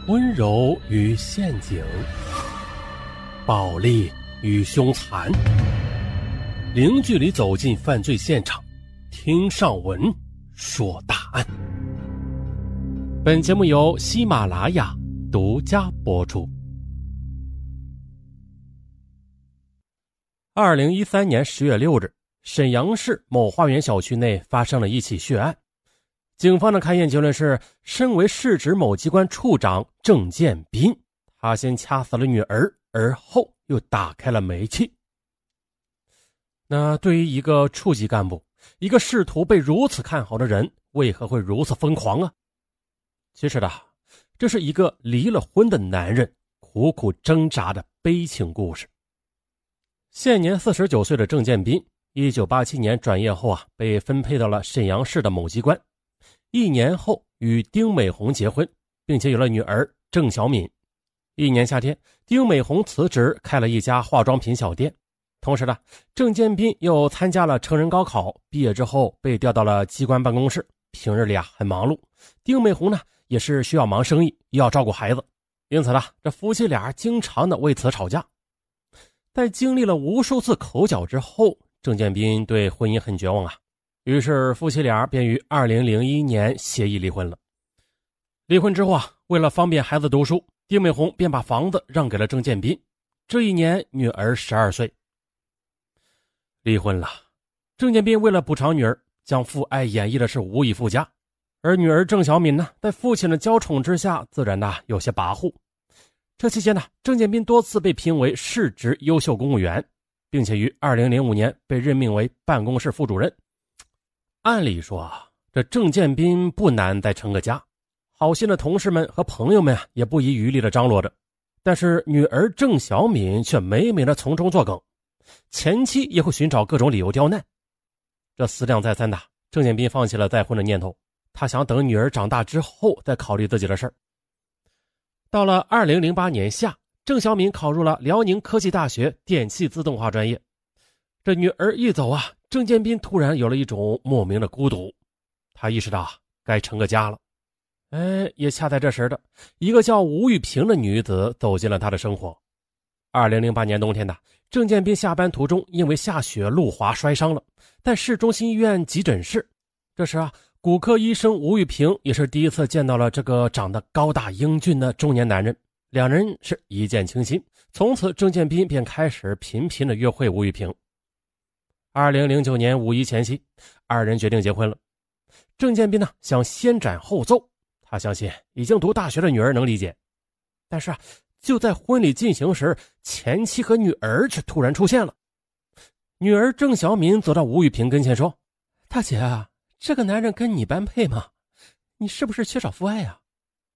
温柔与陷阱，暴力与凶残，零距离走进犯罪现场，听上文说大案。本节目由喜马拉雅独家播出。2013年10月6日，沈阳市某花园小区内发生了一起血案。警方的勘验结论是，身为市直某机关处长郑建斌，他先掐死了女儿，而后又打开了煤气。那对于一个处级干部，一个仕途被如此看好的人，为何会如此疯狂啊？其实这是一个离了婚的男人苦苦挣扎的悲情故事。现年49岁的郑建斌，1987年转业后被分配到了沈阳市的某机关。1年后与丁美红结婚，并且有了女儿郑小敏。1年夏天，丁美红辞职开了一家化妆品小店。同时郑建斌又参加了成人高考，毕业之后被调到了机关办公室，平日里很忙碌。丁美红也是需要忙生意，又要照顾孩子，因此这夫妻俩经常的为此吵架。在经历了无数次口角之后，郑建斌对婚姻很绝望于是夫妻俩便于2001年协议离婚了。离婚之后为了方便孩子读书，丁美红便把房子让给了郑建斌。这一年女儿12岁。离婚了，郑建斌为了补偿女儿，将父爱演绎的是无以复加。而女儿郑小敏在父亲的娇宠之下，自然有些跋扈。这期间郑建斌多次被评为市直优秀公务员，并且于2005年被任命为办公室副主任。按理说这郑建斌不难再成个家，好心的同事们和朋友们也不遗余力的张罗着。但是女儿郑小敏却每每的从中作梗，前妻也会寻找各种理由刁难。这思量再三郑建斌放弃了再婚的念头，他想等女儿长大之后再考虑自己的事儿。到了2008年夏，郑小敏考入了辽宁科技大学电气自动化专业。这女儿一走郑建斌突然有了一种莫名的孤独，他意识到该成个家了。也恰在这时一个叫吴玉萍的女子走进了他的生活。2008年冬天郑建斌下班途中因为下雪路滑摔伤了，在市中心医院急诊室。这时骨科医生吴玉萍也是第一次见到了这个长得高大英俊的中年男人，两人是一见倾心。从此郑建斌便开始频频的约会吴玉萍。2009年5一前夕，二人决定结婚了。郑建斌想先斩后奏，他相信已经读大学的女儿能理解。但是就在婚礼进行时，前妻和女儿却突然出现了。女儿郑小敏走到吴玉萍跟前说：“大姐这个男人跟你般配吗？你是不是缺少父爱啊？”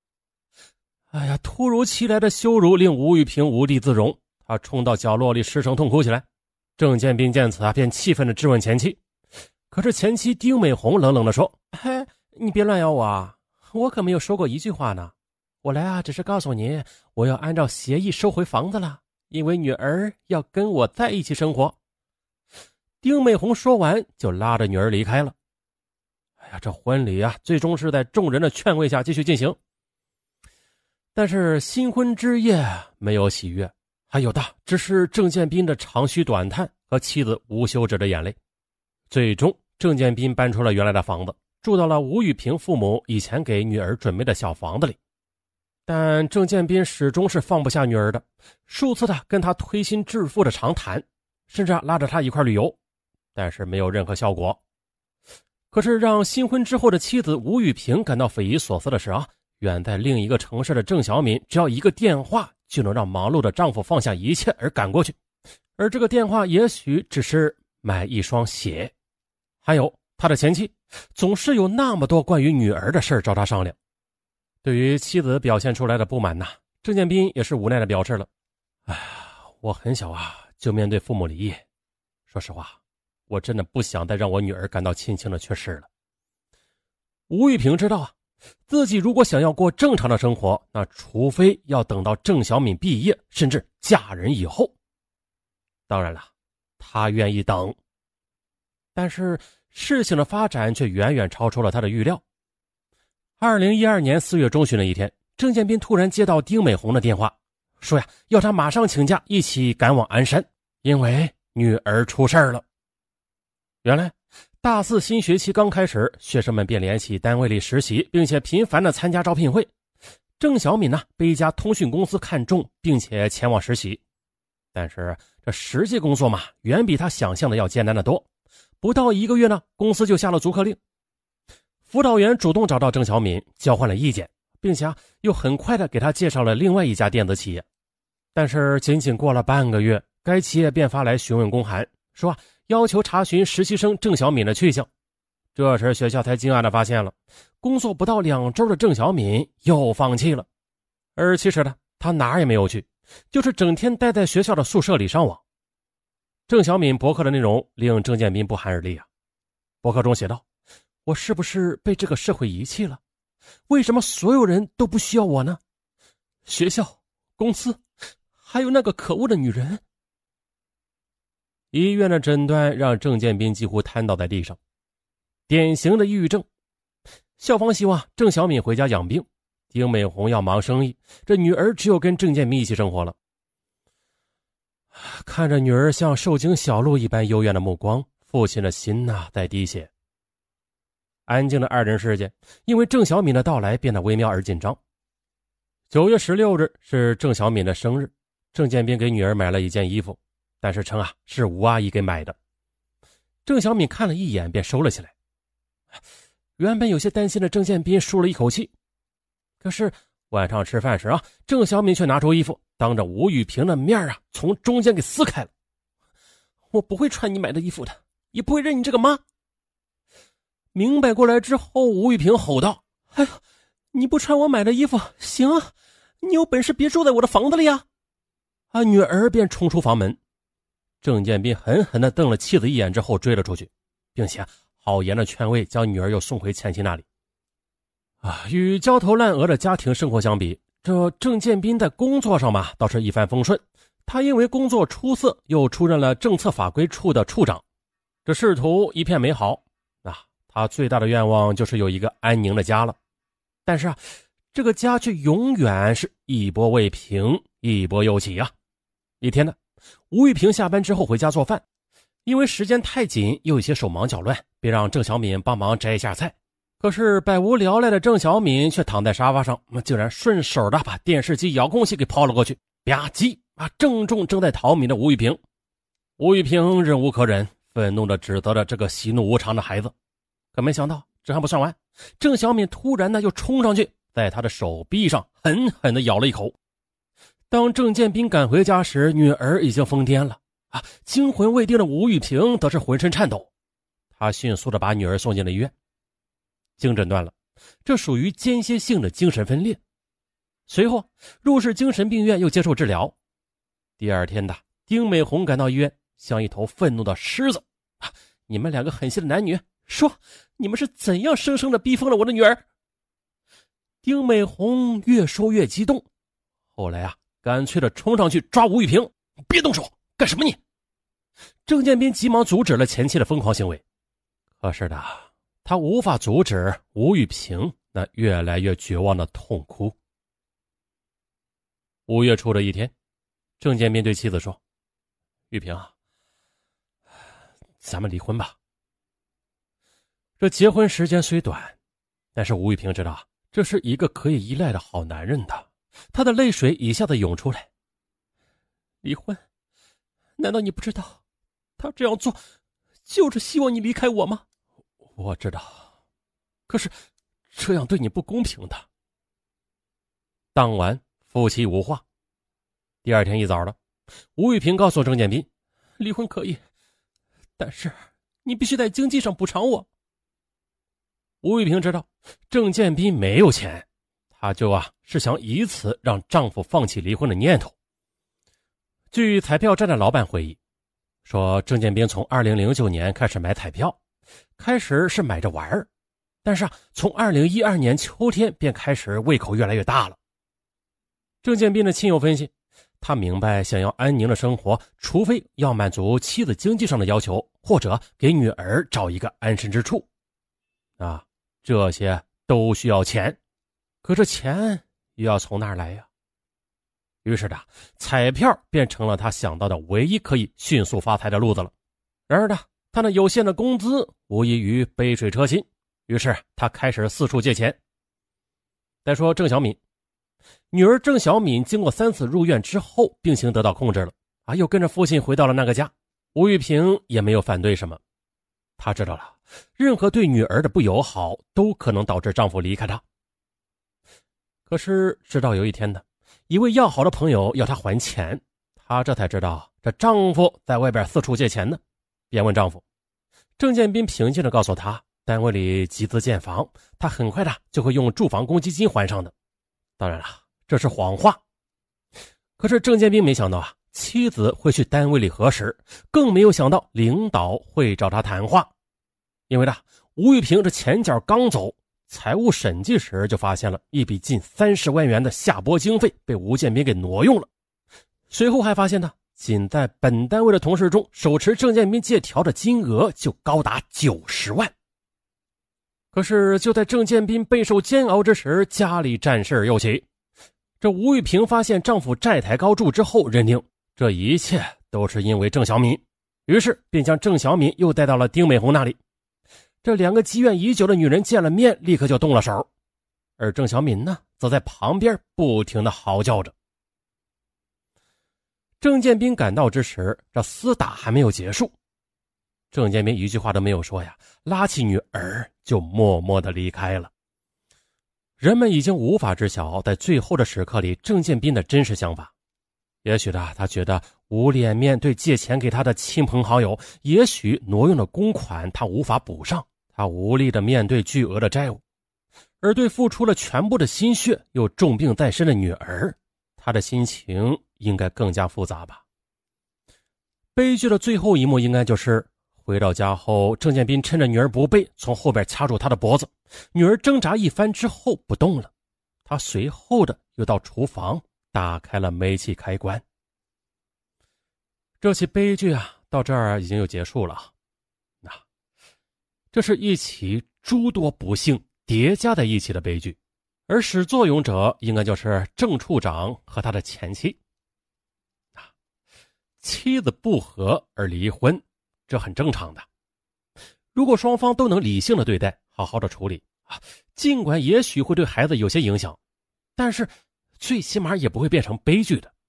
突如其来的羞辱令吴玉萍无地自容，她冲到角落里失声痛哭起来。郑建斌见此便气愤地质问前妻，可是前妻丁美红冷冷地说：“你别乱咬我我可没有说过一句话呢。我来只是告诉你，我要按照协议收回房子了，因为女儿要跟我在一起生活。”丁美红说完就拉着女儿离开了。这婚礼最终是在众人的劝慰下继续进行。但是新婚之夜没有喜悦，还有的只是郑建斌的长吁短叹和妻子无休止的眼泪。最终郑建斌搬出了原来的房子，住到了吴玉萍父母以前给女儿准备的小房子里。但郑建斌始终是放不下女儿的，数次跟她推心置腹的长谈，甚至拉着她一块旅游，但是没有任何效果。可是让新婚之后的妻子吴玉萍感到匪夷所思的是远在另一个城市的郑小敏只要一个电话就能让忙碌的丈夫放下一切而赶过去，而这个电话也许只是买一双鞋。还有他的前妻总是有那么多关于女儿的事找他商量。对于妻子表现出来的不满郑建斌也是无奈的表示了：我很小就面对父母离异，说实话我真的不想再让我女儿感到亲情的缺失了。吴玉萍知道自己如果想要过正常的生活，那除非要等到郑小敏毕业甚至嫁人以后。当然了，她愿意等。但是事情的发展却远远超出了她的预料。2012年4月中旬的一天， 郑建斌突然接到丁美红的电话，说呀，要他马上请假一起赶往鞍山，因为女儿出事了。原来大四新学期刚开始，学生们便联系单位里实习，并且频繁地参加招聘会。郑小敏呢，被一家通讯公司看中，并且前往实习。但是这实际工作嘛，远比他想象的要艰难得多。不到1个月呢，公司就下了逐客令。辅导员主动找到郑小敏交换了意见，并且又很快的给他介绍了另外一家电子企业。但是仅仅过了半个月，该企业便发来询问公函，说要求查询实习生郑小敏的去向。这时学校才惊讶地发现了，工作不到2周的郑小敏又放弃了。而其实呢，他哪儿也没有去，就是整天待在学校的宿舍里上网。郑小敏博客的内容令郑建斌不寒而栗啊。博客中写道，我是不是被这个社会遗弃了？为什么所有人都不需要我呢？学校、公司，还有那个可恶的女人。医院的诊断让郑建斌几乎瘫倒在地上，典型的抑郁症。校方希望郑小敏回家养病，丁美红要忙生意，这女儿只有跟郑建斌一起生活了。看着女儿像受惊小鹿一般幽怨的目光，父亲的心在滴血。安静的2人世界因为郑小敏的到来变得微妙而紧张。9月16日是郑小敏的生日，郑建斌给女儿买了一件衣服，但是称是吴阿姨给买的。郑小敏看了一眼便收了起来。原本有些担心的郑建斌舒了一口气。可是晚上吃饭时郑小敏却拿出衣服，当着吴玉萍的面从中间给撕开了。我不会穿你买的衣服的，也不会认你这个妈。明白过来之后，吴玉萍吼道，哎呀，你不穿我买的衣服行啊，你有本事别住在我的房子里呀。女儿便冲出房门。郑建斌狠狠地瞪了妻子一眼之后追了出去，并且好言的劝慰，将女儿又送回前妻那里。与焦头烂额的家庭生活相比，这郑建斌在工作上嘛倒是一帆风顺。他因为工作出色，又出任了政策法规处的处长，这仕途一片美好。他最大的愿望就是有一个安宁的家了。但是这个家却永远是一波未平一波又起啊。一天呢，吴玉萍下班之后回家做饭，因为时间太紧又有些手忙脚乱，便让郑小敏帮忙摘一下菜。可是百无聊赖的郑小敏却躺在沙发上，竟然顺手的把电视机遥控器给抛了过去，吧唧正中正在淘米的吴玉萍。吴玉萍忍无可忍，愤怒地指责着这个喜怒无常的孩子。可没想到这还不算完，郑小敏突然又冲上去，在他的手臂上狠狠地咬了一口。当郑建斌赶回家时，女儿已经疯癫了惊魂未定的吴玉萍则是浑身颤抖。他迅速地把女儿送进了医院，经诊断了，这属于间歇性的精神分裂。随后入市精神病院又接受治疗。第2天的丁美红赶到医院，像一头愤怒的狮子你们2个狠心的男女，说你们是怎样生生的逼疯了我的女儿。丁美红越说越激动，后来干脆的冲上去抓吴玉萍，别动手，干什么你？郑建斌急忙阻止了前妻的疯狂行为。可是的，他无法阻止吴玉萍那越来越绝望的痛哭。5月初的一天，郑建斌对妻子说，玉萍咱们离婚吧。这结婚时间虽短，但是吴玉萍知道这是一个可以依赖的好男人的，他的泪水一下子涌出来。离婚？难道你不知道他这样做就是希望你离开我吗？我知道，可是这样对你不公平的。当晚夫妻无话。第2天一早的，吴玉萍告诉郑建斌，离婚可以，但是你必须在经济上补偿我。吴玉萍知道郑建斌没有钱，她就是想以此让丈夫放弃离婚的念头。据彩票站的老板回忆说，郑建斌从2009年开始买彩票，开始是买着玩儿，但是从2012年秋天便开始胃口越来越大了。郑建斌的亲友分析，他明白想要安宁的生活，除非要满足妻子经济上的要求，或者给女儿找一个安身之处这些都需要钱，可这钱又要从哪儿来呀？于是的，彩票变成了他想到的唯一可以迅速发财的路子了。然而呢，他那有限的工资无异于杯水车薪，于是他开始四处借钱。再说郑小敏，女儿郑小敏经过3次入院之后，病情得到控制了又跟着父亲回到了那个家。吴玉萍也没有反对什么，她知道了，任何对女儿的不友好都可能导致丈夫离开她。可是直到有一天呢，一位要好的朋友要她还钱，她这才知道这丈夫在外边四处借钱呢，便问丈夫。郑建斌平静地告诉她，单位里集资建房，他很快的就会用住房公积金还上的。当然了，这是谎话。可是郑建斌没想到妻子会去单位里核实，更没有想到领导会找他谈话。因为呢，吴玉萍这前脚刚走，财务审计时就发现了一笔近30万元的下拨经费被吴建斌给挪用了。随后还发现呢，仅在本单位的同事中，手持郑建斌借条的金额就高达90万。可是就在郑建斌备受煎熬之时，家里战事又起。这吴玉萍发现丈夫债台高筑之后，认定这一切都是因为郑小敏，于是便将郑小敏又带到了丁美红那里。这2个积怨已久的女人见了面，立刻就动了手。而郑小敏呢，则在旁边不停地嚎叫着。郑建斌赶到之时，这厮打还没有结束。郑建斌一句话都没有说拉起女儿就默默地离开了。人们已经无法知晓在最后的时刻里郑建斌的真实想法。也许他觉得无脸面对借钱给他的亲朋好友，也许挪用的公款他无法补上，他无力地面对巨额的债务，而对付出了全部的心血又重病在身的女儿，他的心情应该更加复杂吧。悲剧的最后一幕应该就是回到家后，郑建斌趁着女儿不备，从后边掐住她的脖子。女儿挣扎一番之后不动了，他随后的又到厨房打开了煤气开关。这起悲剧到这儿已经又结束了。这是一起诸多不幸叠加在一起的悲剧，而始作俑者应该就是郑处长和他的前妻。妻子不和而离婚，这很正常的。如果双方都能理性的对待，好好的处理尽管也许会对孩子有些影响，但是最起码也不会变成悲剧的。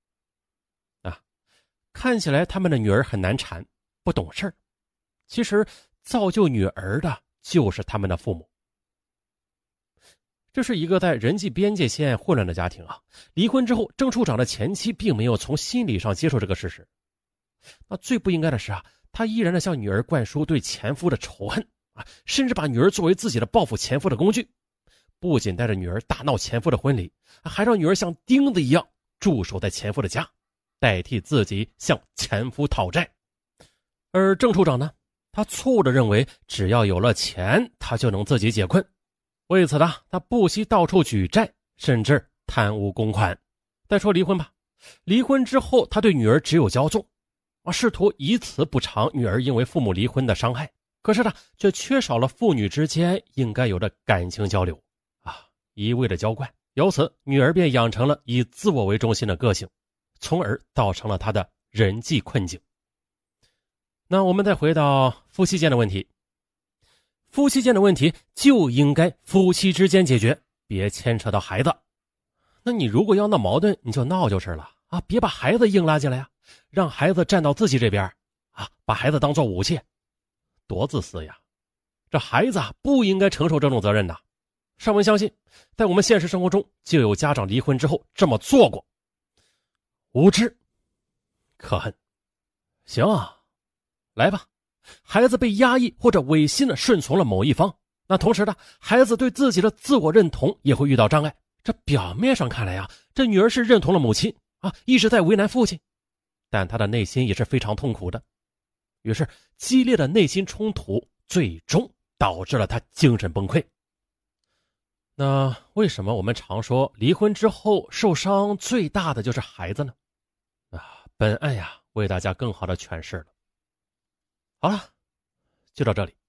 看起来他们的女儿很难缠，不懂事儿，其实造就女儿的就是他们的父母。这是一个在人际边界线混乱的家庭离婚之后，郑处长的前妻并没有从心理上接受这个事实。那最不应该的是他依然的向女儿灌输对前夫的仇恨甚至把女儿作为自己的报复前夫的工具，不仅带着女儿大闹前夫的婚礼，还让女儿像钉子一样驻守在前夫的家，代替自己向前夫讨债。而郑处长呢，他错误地认为只要有了钱，他就能自己解困。为此呢，他不惜到处举债，甚至贪污公款。再说离婚吧，离婚之后他对女儿只有骄纵试图以此补偿女儿因为父母离婚的伤害，可是他却缺少了父女之间应该有的感情交流一味的娇惯，由此女儿便养成了以自我为中心的个性，从而造成了她的人际困境。那我们再回到夫妻间的问题，夫妻间的问题就应该夫妻之间解决，别牵扯到孩子。那你如果要闹矛盾，你就闹就是了别把孩子硬拉进来让孩子站到自己这边把孩子当作武器，多自私呀！这孩子不应该承受这种责任的。尚文相信，在我们现实生活中就有家长离婚之后这么做过，无知可恨。行来吧，孩子被压抑或者违心的顺从了某一方，那同时呢，孩子对自己的自我认同也会遇到障碍。这表面上看来这女儿是认同了母亲一直在为难父亲，但她的内心也是非常痛苦的。于是激烈的内心冲突最终导致了她精神崩溃。那为什么我们常说离婚之后受伤最大的就是孩子呢？本案为大家更好的诠释了。好了，就到这里。